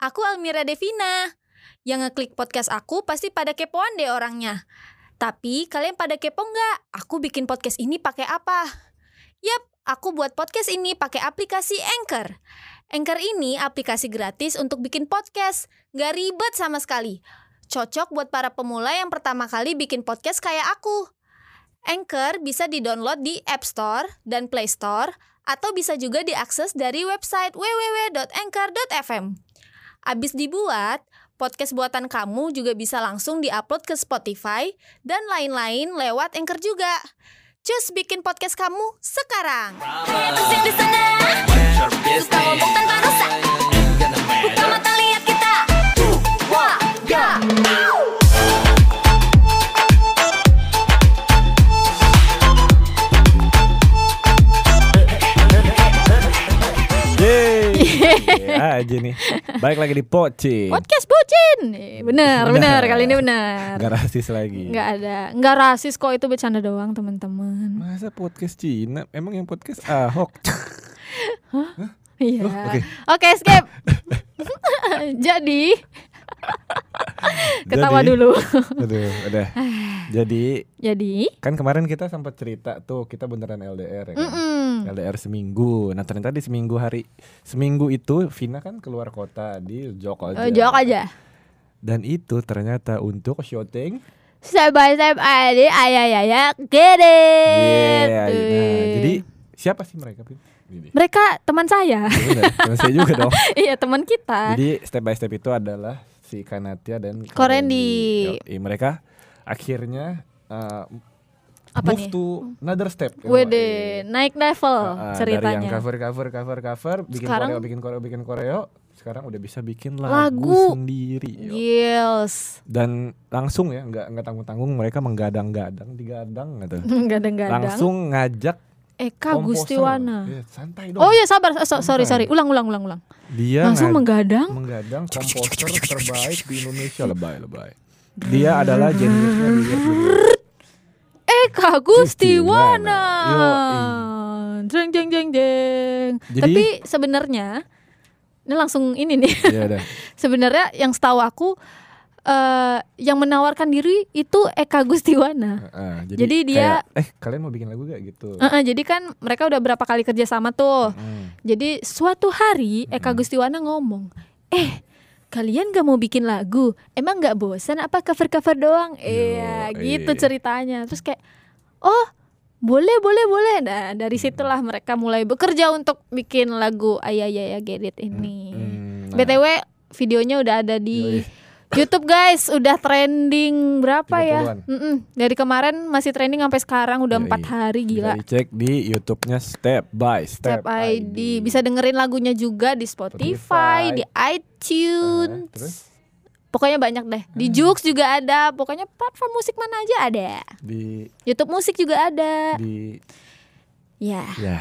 Aku Almira Devina. Yang ngeklik podcast aku pasti pada kepoan deh orangnya. Tapi kalian pada kepo nggak? Aku bikin podcast ini pakai apa? Yap, aku buat podcast ini pakai aplikasi Anchor. Anchor ini aplikasi gratis untuk bikin podcast. Nggak ribet sama sekali. Cocok buat para pemula yang pertama kali bikin podcast kayak aku. Anchor bisa di-download di App Store dan Play Store, atau bisa juga diakses dari website www.anchor.fm. Abis dibuat, podcast buatan kamu juga bisa langsung diupload ke Spotify dan lain-lain lewat Anchor juga. Cus bikin podcast kamu sekarang. Di sana, suka ngomong tanpa rusak. Buka mata lihat kita. Wah, ya. Aja nih. Balik lagi di Pocin. Podcast Bucin. Benar, kali ini benar. Gak rasis lagi. Enggak rasis kok, itu bercanda doang, teman-teman. Masa podcast Cina? Emang yang podcast Ahok? Hah? Iya. Oke, skip. Jadi ketawa dulu. Aduh, udah. Jadi kan kemarin kita sempat cerita tuh, kita beneran LDR ya kan? LDR seminggu. Nah ternyata di seminggu itu Vina kan keluar kota di Jok aja. Dan itu ternyata untuk syuting Step by Step ayah get it. Nah, jadi siapa sih mereka? Mereka teman saya. Teman saya juga dong. Iya, teman kita. Jadi Step by Step itu adalah si Kanatia dan Korendi. Mereka akhirnya apa move nih? to another step. Wede, naik level ceritanya. Dari yang cover, bikin koreo, sekarang udah bisa bikin lagu sendiri. Yes. Dan langsung ya, nggak tanggung-tanggung, mereka digadang gitu. Gadang-gadang. Langsung ngajak Eka Gustiwana. Ya, santai dong. Oh iya, sabar. Sorry. Ulang. Dia langsung menggadang komposer terbaik di Indonesia. Lebay. Dia adalah jeniusnya di Eka Gustiwana. Jeng. Tapi sebenarnya ini langsung ini nih. Iya, sebenarnya yang setahu aku yang menawarkan diri itu Eka Gustiwana. Jadi dia kayak, kalian mau bikin lagu gak gitu? Jadi kan mereka udah berapa kali kerja sama tuh. Jadi suatu hari Eka Gustiwana ngomong, kalian gak mau bikin lagu? Emang gak bosan apa cover-cover doang? Gitu ceritanya. Terus kayak, oh boleh. Nah dari situlah mereka mulai bekerja untuk bikin lagu Ayah Get It ini. BTW videonya udah ada di YouTube guys, udah trending berapa ya? Dari kemarin masih trending sampai sekarang udah 4 hari, gila. Bisa dicek di YouTube-nya Step by Step ID. Bisa dengerin lagunya juga di Spotify, di iTunes. Pokoknya banyak deh. Di Joox juga ada. Pokoknya platform musik mana aja ada. Di YouTube musik juga ada. Ya.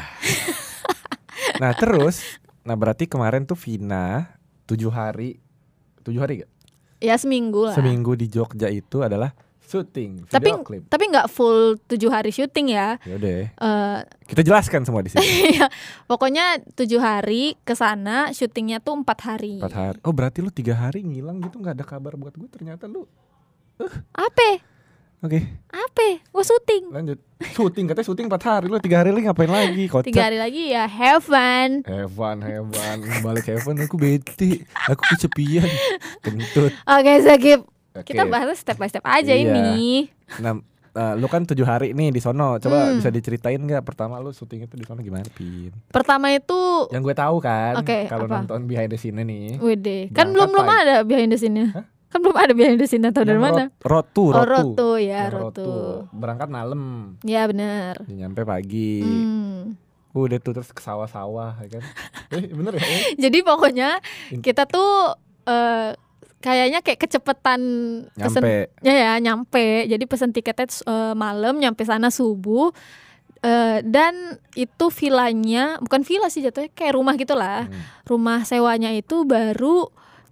Nah berarti kemarin tuh Vina 7 hari gak? Ya seminggu lah. Seminggu di Jogja itu adalah syuting video klip. Tapi nggak full 7 hari syuting ya. Yaudah. Kita jelaskan semua di sini. Pokoknya 7 hari ke sana, syutingnya tuh 4 hari. 4 hari. Oh berarti lu 3 hari ngilang gitu, nggak ada kabar buat gue. Ternyata lu. Apa? Oke. Apa? Gue syuting. Lanjut. Syuting katanya syuting 4 hari. Lu 3 hari lagi ngapain lagi? 3 hari lagi ya have fun. Balik have fun aku bete. Aku kesepian. Kentut. Oke, skip. Kita bahas step by step aja ini. Nah, lu kan 7 hari nih di sono. Coba bisa diceritain enggak pertama lu syuting itu di sono gimana, Pin? Pertama itu yang gue tahu kan, kalau apa? nonton behind the scene nih. Wede. Kan belum ada behind the scene-nya. Kan belum ada behind the scene, atau dari mana? Rotu. Berangkat malam. Ya benar. Nyampe pagi. Udah tuh terus ke sawah-sawah ya kan. Bener ya? Jadi pokoknya kita tuh kayaknya kayak kecepetan nyampe. Jadi pesen tiketnya malam, nyampe sana subuh. Dan itu villanya, bukan villa sih jatuhnya, kayak rumah gitulah. Rumah sewanya itu baru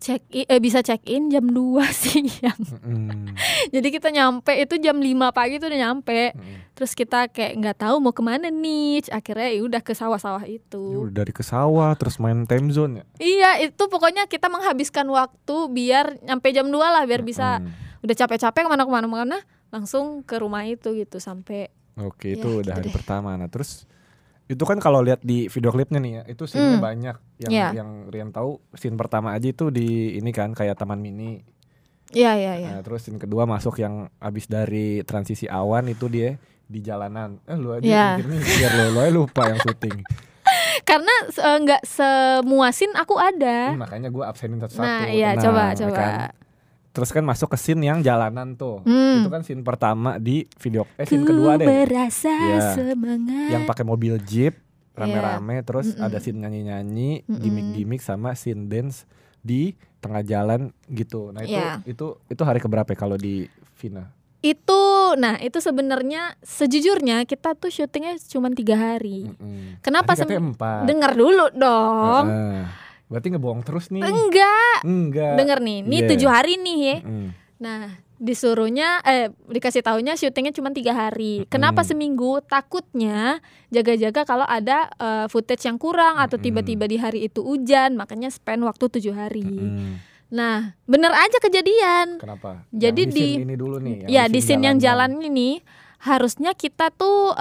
bisa check in jam 2 siang. Jadi kita nyampe itu jam 5 pagi tuh udah nyampe. Terus kita kayak nggak tahu mau kemana nih. Akhirnya ya udah ke sawah-sawah itu. Dari ke sawah terus main time zone ya. Iya, itu pokoknya kita menghabiskan waktu biar nyampe jam 2 lah, biar bisa udah capek-capek kemana-mana langsung ke rumah itu gitu sampai. Oke, itu udah hari pertama. Nah, terus itu kan kalau lihat di video klipnya nih ya, itu scene-nya banyak. Yang Rian tahu scene pertama aja itu di ini kan kayak taman mini. Iya. Nah, terus scene kedua masuk yang abis dari transisi awan itu dia di jalanan. Lu aja mikir nih biar lo lupa yang syuting. Karena nggak semua scene aku ada. Makanya gue absenin satu-satu. Nah, iya coba. Kan? Terus kan masuk ke scene yang jalanan tuh. Itu kan scene pertama di video scene kedua deh. Merasa semangat. Yang pakai mobil jeep rame-rame terus ada scene nyanyi-nyanyi, gimmick-gimmick sama scene dance di tengah jalan gitu. Nah, itu hari keberapa kalau di Vina? Itu sebenarnya sejujurnya kita tuh syutingnya cuma 3 hari. Kenapa? Dengar dulu dong. Berarti ngebohong terus nih. Enggak. Dengar nih, ini 7 hari nih ya. Nah, dikasih taunya syutingnya cuma 3 hari. Kenapa seminggu? Takutnya jaga-jaga kalau ada footage yang kurang atau tiba-tiba di hari itu hujan, makanya spend waktu 7 hari. Nah, bener aja kejadian. Kenapa? Jadi di scene ini dulu nih. Di scene yang jalan ini harusnya kita tuh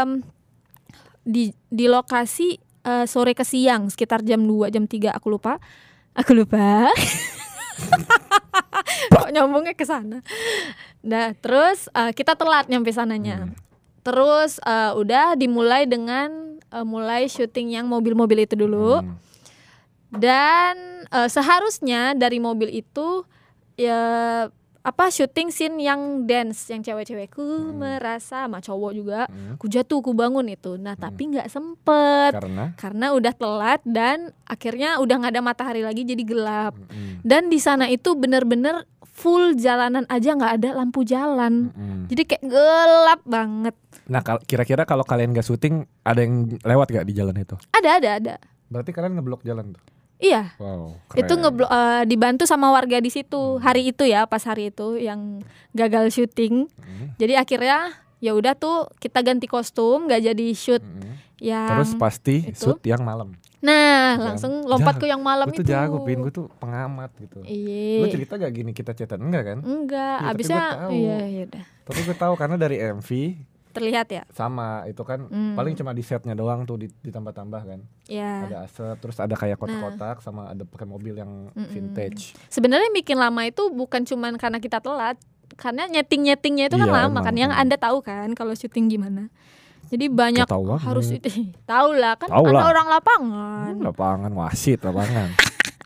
di lokasi sore ke siang sekitar jam 2 jam 3 aku lupa. Kok nyambungnya ke sana. Nah, terus kita telat nyampe sananya. Terus udah dimulai dengan mulai syuting yang mobil-mobil itu dulu. Dan seharusnya dari mobil itu ya syuting scene yang dance yang cewek-cewekku merasa sama cowok juga ku jatuh ku bangun itu. Nah, tapi nggak sempet karena udah telat dan akhirnya udah nggak ada matahari lagi jadi gelap. Dan di sana itu bener-bener full jalanan aja nggak ada lampu jalan. Jadi kayak gelap banget. Nah, kira-kira kalau kalian nggak syuting ada yang lewat nggak di jalan itu? Ada. Berarti kalian ngeblok jalan tuh? Iya. Wow, itu dibantu sama warga di situ hari itu ya, pas hari itu yang gagal syuting. Jadi akhirnya ya udah tuh kita ganti kostum, nggak jadi shoot yang terus pasti itu. Shoot yang malam. Nah, langsung lompat ke yang malam itu. Gue tuh jago, gue tuh pengamat gitu. Lu cerita gak gini kita chatan enggak kan? Enggak, ya, abisnya iya udah. Tapi gue tahu karena dari MV terlihat ya. Sama itu kan paling cuma di setnya doang tuh ditambah-tambah kan. Iya. Ada aset, terus ada kayak kotak-kotak sama ada pakai mobil yang vintage. Sebenarnya bikin lama itu bukan cuman karena kita telat, karena nyeting-nyetingnya itu kan lama kan. Yang Anda tahu kan kalau syuting gimana. Jadi banyak harus itu. Tahu lah kan Anda orang lapangan. Lapangan wasit lapangan.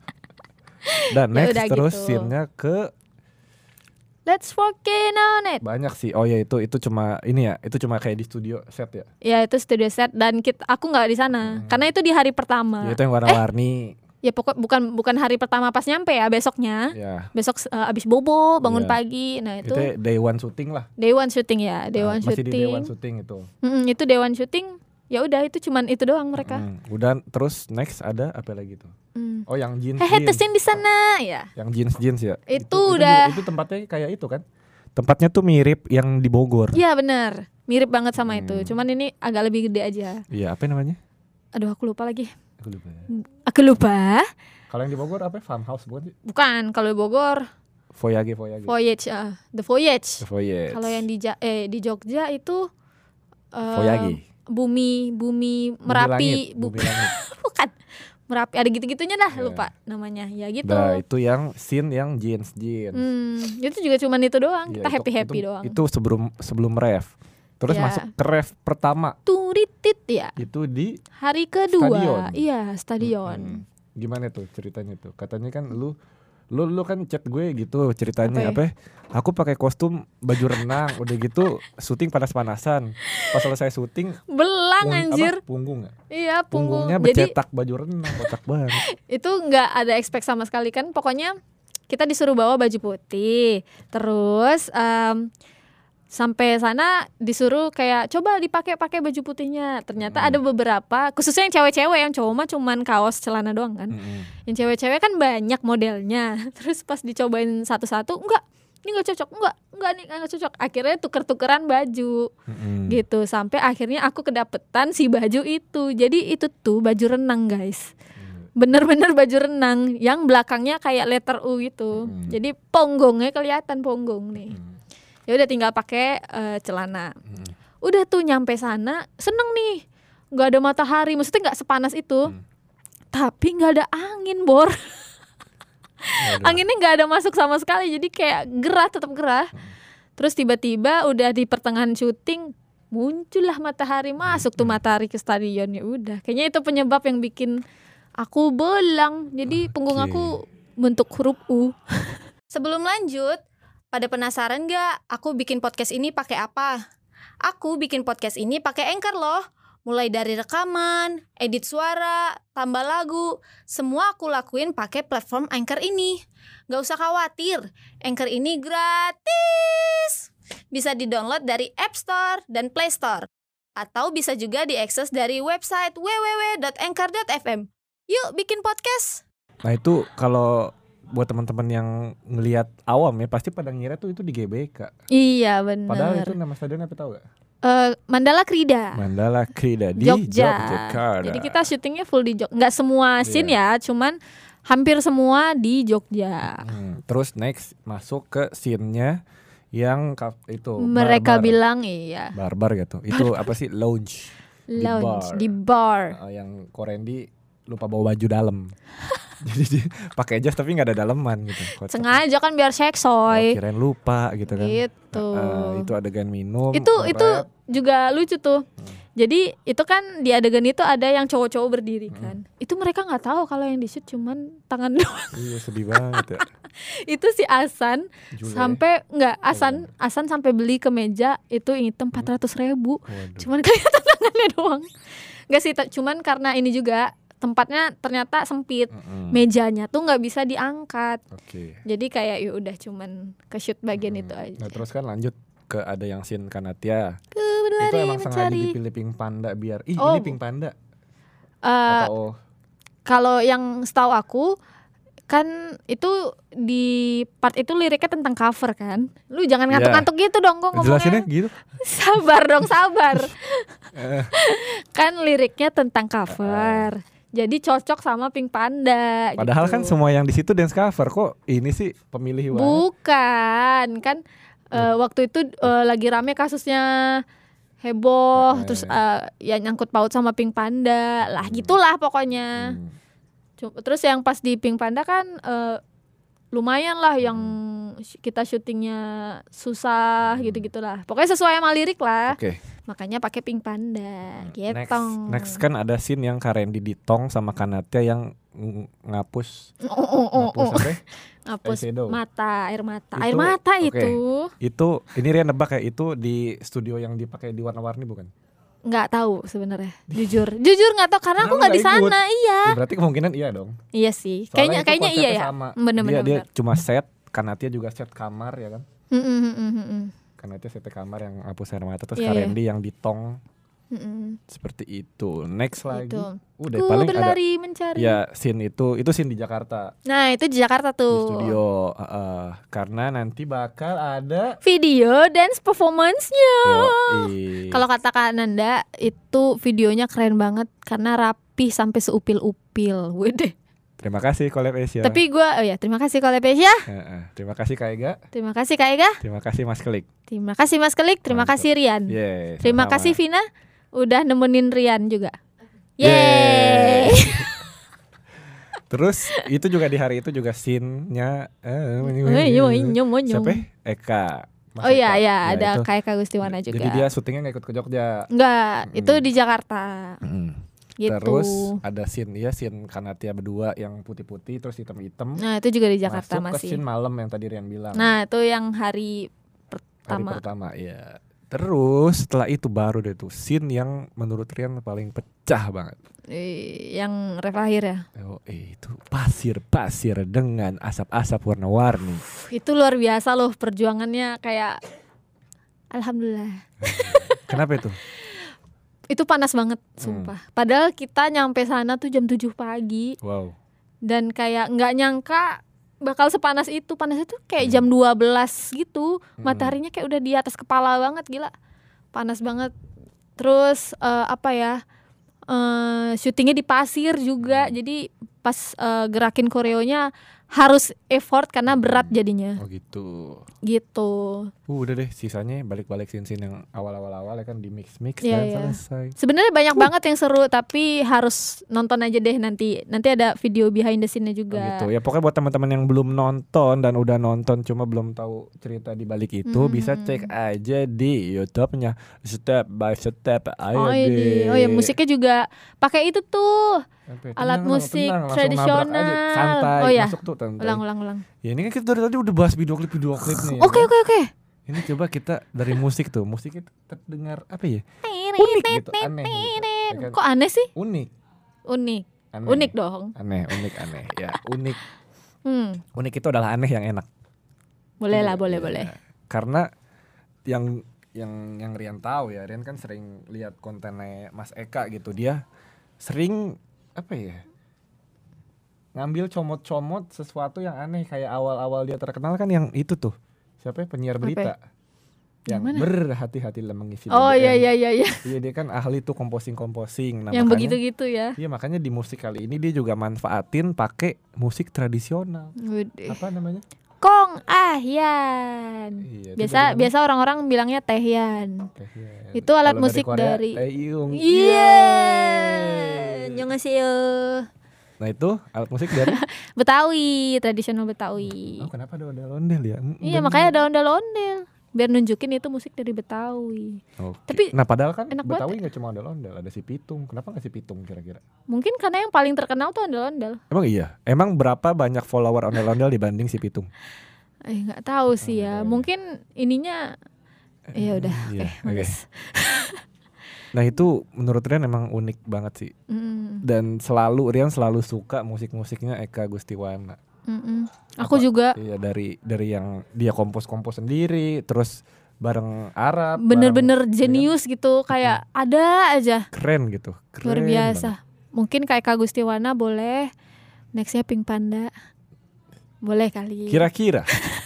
Dan next terus gitu. Scene-nya ke Let's Working on It. Banyak sih. Oh ya itu cuma ini ya. Itu cuma kayak di studio set ya. Ya itu studio set dan aku nggak di sana karena itu di hari pertama. Ya, itu yang warna-warni. Ya pokok bukan hari pertama pas nyampe ya, besoknya. Ya. Besok abis bobo bangun pagi. Nah itu day one shooting lah. Day one shooting ya. Day one masih shooting. Di day one shooting itu. Itu day one shooting. Ya udah itu cuman itu doang mereka. Udah terus next ada apa lagi tuh? Oh yang jeans. Tesin di sana ya. Yang jeans ya. Itu udah. Itu tempatnya kayak itu kan? Tempatnya tuh mirip yang di Bogor. Iya benar. Mirip banget sama itu. Cuman ini agak lebih gede aja. Iya, apa namanya? Aduh aku lupa lagi. Aku lupa. Kalau yang di Bogor apa? Farmhouse bukan sih? Bukan, kalau di Bogor Voyage. The Voyage. Kalau yang di Jogja itu Voyage. Bumi Merapi, Bumi langit. Bukan Merapi, ada gitu-gitunya dah, lupa namanya. Ya gitu. Nah, itu yang scene yang jeans. Itu juga cuman itu doang. Kita happy doang. Itu sebelum ref. Terus masuk ke ref pertama. Turitit ya. Itu di hari kedua. Stadion. Iya, stadion. Gimana tuh ceritanya tuh? Katanya kan lu kan chat gue gitu ceritanya apa? Aku pakai kostum baju renang, udah gitu syuting panas-panasan. Pas selesai syuting belang anjir. Punggung gak? Iya, punggungnya bercetak baju renang, kocak banget. Itu nggak ada expect sama sekali kan. Pokoknya kita disuruh bawa baju putih. Terus Sampai sana disuruh kayak coba pakai baju putihnya. Ternyata ada beberapa, khususnya yang cewek-cewek, yang cowok mah cuman kaos celana doang kan. Yang cewek-cewek kan banyak modelnya. Terus pas dicobain satu-satu, enggak, ini enggak cocok, enggak nih enggak cocok. Akhirnya tuker-tukeran baju. Gitu, sampai akhirnya aku kedapetan si baju itu. Jadi itu tuh baju renang, guys. Bener-bener baju renang yang belakangnya kayak letter U gitu. Jadi ponggongnya kelihatan ponggong nih. Ya udah tinggal pakai celana. Udah tuh nyampe sana seneng nih, nggak ada matahari, maksudnya nggak sepanas itu, tapi nggak ada angin, Bor. Anginnya nggak ada masuk sama sekali, jadi kayak gerah, tetap gerah. Terus tiba-tiba udah di pertengahan syuting muncullah matahari, masuk tuh matahari ke stadion. Ya udah, kayaknya itu penyebab yang bikin aku belang. Jadi punggung aku bentuk huruf U. Sebelum lanjut, pada penasaran gak aku bikin podcast ini pakai apa? Aku bikin podcast ini pakai Anchor loh. Mulai dari rekaman, edit suara, tambah lagu, semua aku lakuin pakai platform Anchor ini. Gak usah khawatir, Anchor ini gratis. Bisa di-download dari App Store dan Play Store. Atau bisa juga diakses dari website www.anchor.fm. Yuk bikin podcast. Nah itu kalau buat teman-teman yang ngelihat awam ya pasti pada ngira tuh itu di GBK. Iya benar. Padahal itu nama stadionnya apa tahu gak? Mandala Krida. Mandala Krida di Yogyakarta. Jadi kita syutingnya full di Jogja. Nggak semua scene ya, cuman hampir semua di Jogja. Terus next masuk ke scene-nya yang itu mereka barbar. Bilang iya. Barbar gitu. Itu apa sih lounge di bar. Yang Korendi lupa bawa baju dalam. Jadi pakai jas tapi nggak ada daleman gitu. Kocok. Sengaja kan biar seksoy. Kirain lupa gitu kan. Gitu. Itu adegan minum. Itu juga lucu tuh. Jadi itu kan di adegan itu ada yang cowok-cowok berdiri kan. Itu mereka nggak tahu kalau yang di shoot cuman tangan doang. Iya sedih banget ya. Itu si Asan sampai Asan sampai beli kemeja itu hitam 400.000. Cuman kelihatan tangannya doang. Nggak sih, cuman karena ini juga tempatnya ternyata sempit, mejanya tuh nggak bisa diangkat. Jadi kayak ya udah cuman ke shoot bagian itu aja. Nah terus kan lanjut ke ada yang scene Kanatia. Itu emang sengaja dipilih Pink Panda biar ini Pink Panda. Kalau yang setahu aku kan itu di part itu liriknya tentang cover kan. Lu jangan ngantuk-ngantuk gitu dong kok ngomongnya. Jelasinnya gitu. Sabar dong, sabar. Kan liriknya tentang cover. Jadi cocok sama Pink Panda. Padahal gitu. Kan semua yang di situ dance cover kok. Ini sih pemilih banget. Bukan kan waktu itu lagi rame kasusnya heboh, terus ya nyangkut paut sama Pink Panda lah, gitulah pokoknya. Terus yang pas di Pink Panda kan lumayan lah yang kita syutingnya susah gitu-gitulah. Pokoknya sesuai sama lirik lah. Makanya pakai Pink Panda gitu. Next kan ada scene yang Karendi di tong sama Kanatia yang ngapus air mata itu. Itu ini Rian nebak kayak itu di studio yang dipakai di warna-warni bukan? Nggak tahu sebenarnya. Jujur nggak tahu karena aku nggak di sana. Iya. Ya, berarti kemungkinan iya dong. Iya sih. Kayaknya iya ya. Bener-bener. Dia cuma set, Kanatia juga set kamar ya kan. Kanatia set kamar yang hapus air mata, terus Karendi yang di tong. Seperti itu. Next lagi. Udah paling ada. Mencari. Ya scene itu scene di Jakarta. Nah itu di Jakarta tuh. Di studio. Karena nanti bakal ada video dance performance-nya. Kalau kata Kak Nanda itu videonya keren banget karena rapi sampai seupil-upil. Wede. Terima kasih Collab Asia. Tapi gue terima kasih Collab Asia. Terima kasih Kak Ega. Terima kasih Kak Ega. Terima kasih Mas Kelik. Terima kasih Mas Kelik. Terima kasih Rian. Terima kasih Vina. Udah nemenin Rian juga. Yeay. Terus itu juga di hari itu juga scene-nya siapa? Eka. Mas Eka. Iya ada kayak Kak Gustiwana juga. Jadi dia syutingnya gak ikut ke Jogja. Enggak, itu di Jakarta. Gitu. Terus ada scene Kanatia berdua yang putih-putih terus hitam-hitam. Nah itu juga di Jakarta masuk masih. Ke scene malam yang tadi Rian bilang. Nah itu yang hari pertama. Hari pertama ya. Terus setelah itu baru deh tuh scene yang menurut Rian paling pecah banget. Yang Refahir ya. Itu pasir dengan asap-asap warna-warni. Itu luar biasa loh perjuangannya, kayak Alhamdulillah. Kenapa itu? Itu panas banget, sumpah. Padahal kita nyampe sana tuh jam 7 pagi. Wow. Dan kayak nggak nyangka bakal sepanas itu. Panasnya tuh kayak jam 12 gitu. Mataharinya kayak udah di atas kepala banget, gila. Panas banget. Terus syutingnya di pasir juga. Jadi pas gerakin koreonya harus effort karena berat jadinya. Oh gitu. Gitu. Udah deh, sisanya balik-balik scene yang awal-awal ya kan di mix-mix dan selesai. Sebenarnya banyak banget yang seru, tapi harus nonton aja deh nanti. Nanti ada video behind the scene-nya juga. Oh gitu. Ya pokoknya buat teman-teman yang belum nonton dan udah nonton cuma belum tahu cerita di balik itu, bisa cek aja di YouTube-nya Step by Step. Ayo deh. Oh ya, musiknya juga pakai itu tuh. Alat musik tradisional. Santai, oh ya. Masuk tuh santai. Ulang. Ya ini kan kita dari tadi udah bahas video klip nih. Oke. Ini coba kita dari musik tuh. Musiknya terdengar apa ya? Unik gitu, aneh gitu. Kok aneh sih? Unik. Aneh. Unik dong. Aneh. Ya, unik. Unik itu adalah aneh yang enak. Boleh lah, boleh. Karena yang Rian tahu ya, Rian kan sering lihat kontennya Mas Eka gitu. Dia sering ngambil comot-comot sesuatu yang aneh. Kayak awal-awal dia terkenal kan yang itu tuh, siapa ya, penyiar berita yang berhati-hatilah mengisi BBM. Oh iya. Iya, dia kan ahli tuh composing. Nah, yang makanya, begitu-gitu ya. Iya, makanya di musik kali ini dia juga manfaatin pakai musik tradisional. Apa namanya? Kong Ahyan. Iya, biasa orang-orang bilangnya Tehyan. Itu alat kalau musik dari Taeyong. Iya. Annyeonghaseyo. Nah, itu alat musik dari Betawi, tradisional Betawi. Oh, kenapa ada ondel-ondel ya? Iya, makanya ada ondel-ondel. Biar nunjukin itu musik dari Betawi. Okay. Tapi nah, padahal kan Betawi nggak cuma ondel-ondel, ada si Pitung. Kenapa nggak si Pitung kira-kira? Mungkin karena yang paling terkenal tuh ondel-ondel. Emang iya? Emang berapa banyak follower ondel-ondel dibanding si Pitung? Nggak tahu sih ya. Mungkin ininya ya udah. Oke. Nah, itu menurut Rian emang unik banget sih. Dan Rian selalu suka musik-musiknya Eka Gustiwana. Aku juga. Iya, dari yang dia kompos sendiri, terus bareng Arab. Bener-bener jenius gitu, kayak ada aja. Keren gitu. Luar biasa. Banget. Mungkin kayak Eka Gustiwana boleh. Nextnya Pink Panda. Boleh kali. Kira-kira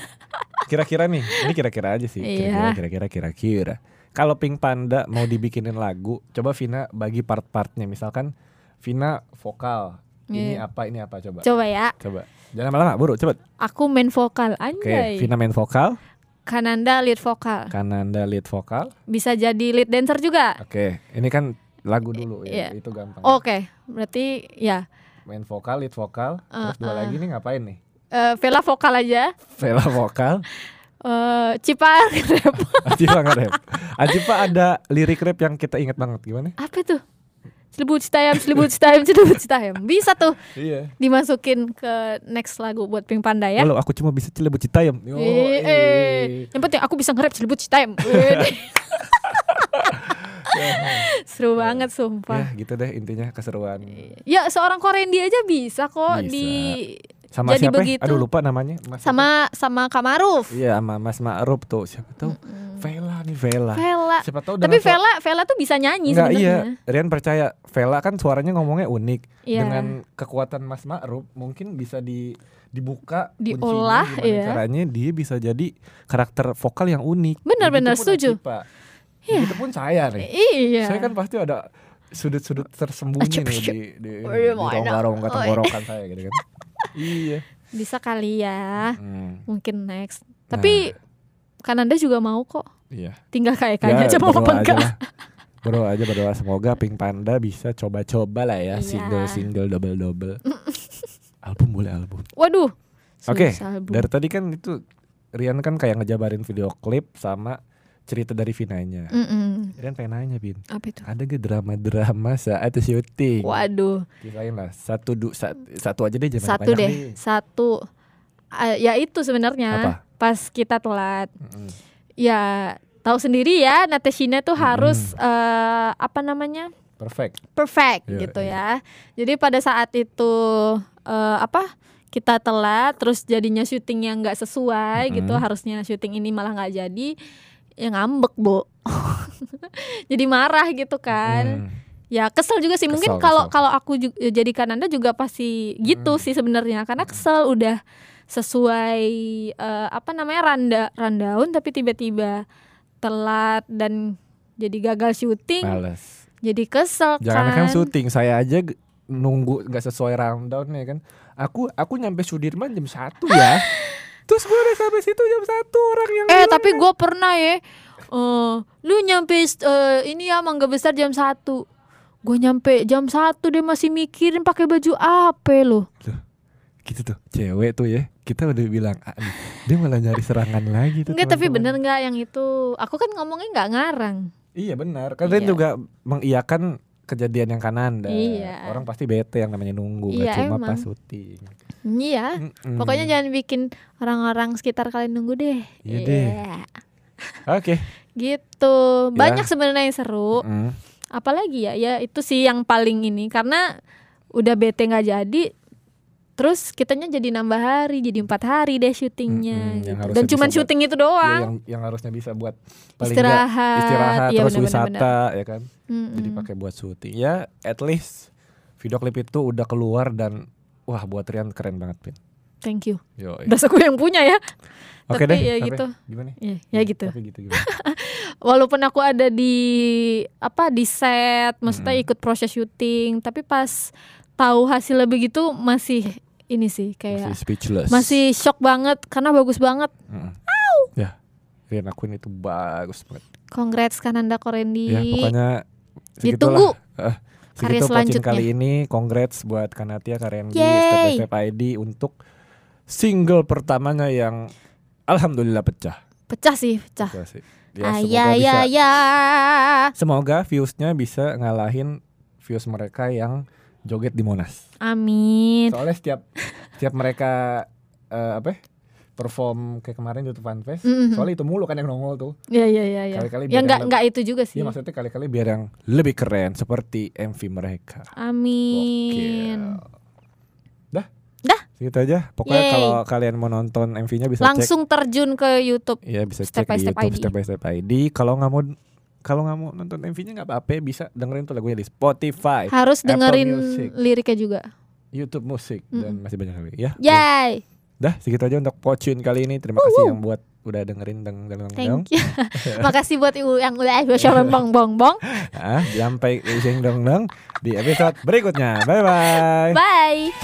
nih, ini kira-kira aja sih. Kira-kira. Kalau Pink Panda mau dibikinin lagu, coba Vina bagi part-partnya. Misalkan Vina vokal. Ini apa coba. Coba ya. Coba. Jangan lama-lama, buru, cepet. Aku main vokal, anjay. Oke, Vina main vokal. Kananda lead vokal. Bisa jadi lead dancer juga. Oke, ini kan lagu dulu ya, itu gampang. Oke, berarti ya. Main vokal, lead vokal, terus dua lagi nih ngapain nih? Vela vokal aja. Vela vokal. Cipa rap. Cipa nge-rap. Cipa ada lirik rap yang kita ingat banget, gimana? Apa tuh? Celebut citayam. Bisa tuh. Iya. Dimasukin ke next lagu buat Pink Panda ya. Kalau aku cuma bisa celebut citayam. Yang penting aku bisa nge-rap celebut citayam. Seru banget sumpah. Ya gitu deh intinya, keseruan. Ya seorang Korendi aja bisa kok sama jadi siapa? Begitu. Aduh lupa namanya. Sama Kak Maruf. Iya, sama Mas Ma'ruf tuh. Siapa tahu? Vela. Siapa tahu. Tapi Vela tuh bisa nyanyi sebenarnya. Iya, Rian percaya Vela kan suaranya ngomongnya unik. Dengan kekuatan Mas Ma'ruf mungkin bisa dibuka, diolah, caranya dia bisa jadi karakter vokal yang unik. Benar-benar setuju. Itu pun saya nih. Iya. Saya kan pasti ada sudut-sudut tersembunyi nih di rongga-rongga tenggorokan saya gitu kan. Iya. Bisa kali ya. Mungkin next. Tapi Kananda juga mau kok. Iya. Tinggal kayak aja mau apa enggak. Berdoa semoga Pink Panda bisa coba-coba lah ya, single double. Album boleh album. Waduh. Oke. Dari tadi kan itu Rian kan kayak ngejabarin video klip sama cerita dari Vinanya. Rian pengen nanya, Bin. Apa itu? Ada gak drama-drama saat syuting? Waduh. Kisain lah. Satu aja deh, jangan banyak deh. Satu. Ya itu sebenarnya. Pas kita telat. Ya tahu sendiri ya, Natashina tuh harus perfect gitu ya. Jadi pada saat itu kita telat, terus jadinya syuting yang nggak sesuai gitu, harusnya syuting ini malah nggak jadi. ya ngambek, Bu. Jadi marah gitu kan. Ya kesel juga sih. Mungkin kalau aku jadi Kananda juga pasti gitu sih sebenarnya. Karena kesel udah sesuai rundown tapi tiba-tiba telat dan jadi gagal syuting. Males. Jadi kesel. Jangan kan syuting, saya aja nunggu gak sesuai rundown ya kan. Aku nyampe Sudirman jam 1 ya. Terus gue udah sampai situ jam 1 orang yang tapi gue pernah ya. Lu nyampe ini ya Mangga Besar jam 1. Gue nyampe jam 1 dia masih mikirin pakai baju apa lo. Gitu tuh cewek tuh ya. Kita udah bilang dia malah nyari serangan lagi tuh. Enggak, tapi bener gak yang itu? Aku kan ngomongnya gak ngarang. Iya benar. Kalian juga mengiyakan kejadian yang Kananda. Iya. Orang pasti bete yang namanya nunggu. Iya, gak cuma emang. pas syuting. Iya. Pokoknya jangan bikin orang-orang sekitar kalian nunggu deh. Iya deh. Oke. Gitu. Banyak sebenarnya yang seru. Apalagi ya itu sih yang paling ini. Karena udah bete gak jadi, terus kitanya jadi nambah hari, jadi 4 hari deh syutingnya gitu. Dan cuman syuting itu doang. Yang harusnya bisa buat paling istirahat ya, terus bener, wisata ya kan. Jadi pakai buat syuting. Ya at least video klip itu udah keluar dan wah buat Rian keren banget, Pin. Thank you. Yoi. Udah aku yang punya ya. Oke tapi deh. ya gitu. Gimana? Ya gitu. Tapi gitu gimana? Walaupun aku ada di set, maksudnya ikut proses syuting, tapi pas tahu hasilnya begitu masih ini sih kayak masih speechless. Masih shock banget karena bagus banget. Ya, Rian akuin itu bagus banget. Congrats Kananda Korendi. Ya, pokoknya ditunggu karya selanjutnya. Kali ini congrats buat Kanatia Karengi Step by Step ID untuk single pertamanya yang alhamdulillah pecah. Pecah sih. Ya, semoga viewsnya bisa ngalahin views mereka yang joget di Monas. Amin. Soalnya setiap mereka perform kayak kemarin YouTube Fan Fest, soalnya itu mulu kan yang nongol tuh. Iya. Kali-kali ya enggak itu juga sih. Iya maksudnya kali-kali biar yang lebih keren seperti MV mereka. Amin. Gokil. Dah. Segitu aja. Pokoknya kalau kalian mau nonton MV-nya bisa langsung terjun ke YouTube. Iya bisa Step cek by di Step YouTube ID. Step by Step ID. Kalau nggak mau nonton MV-nya nggak apa-apa, bisa dengerin tuh lagunya di Spotify. Harus dengerin liriknya juga. YouTube Musik dan masih banyak lagi ya. Yay. Dah segitu aja untuk Pocun kali ini. Terima kasih yang buat udah dengerin Thank you. Makasih buat yang udah bong. Sampai using dong di episode berikutnya. Bye bye. Bye.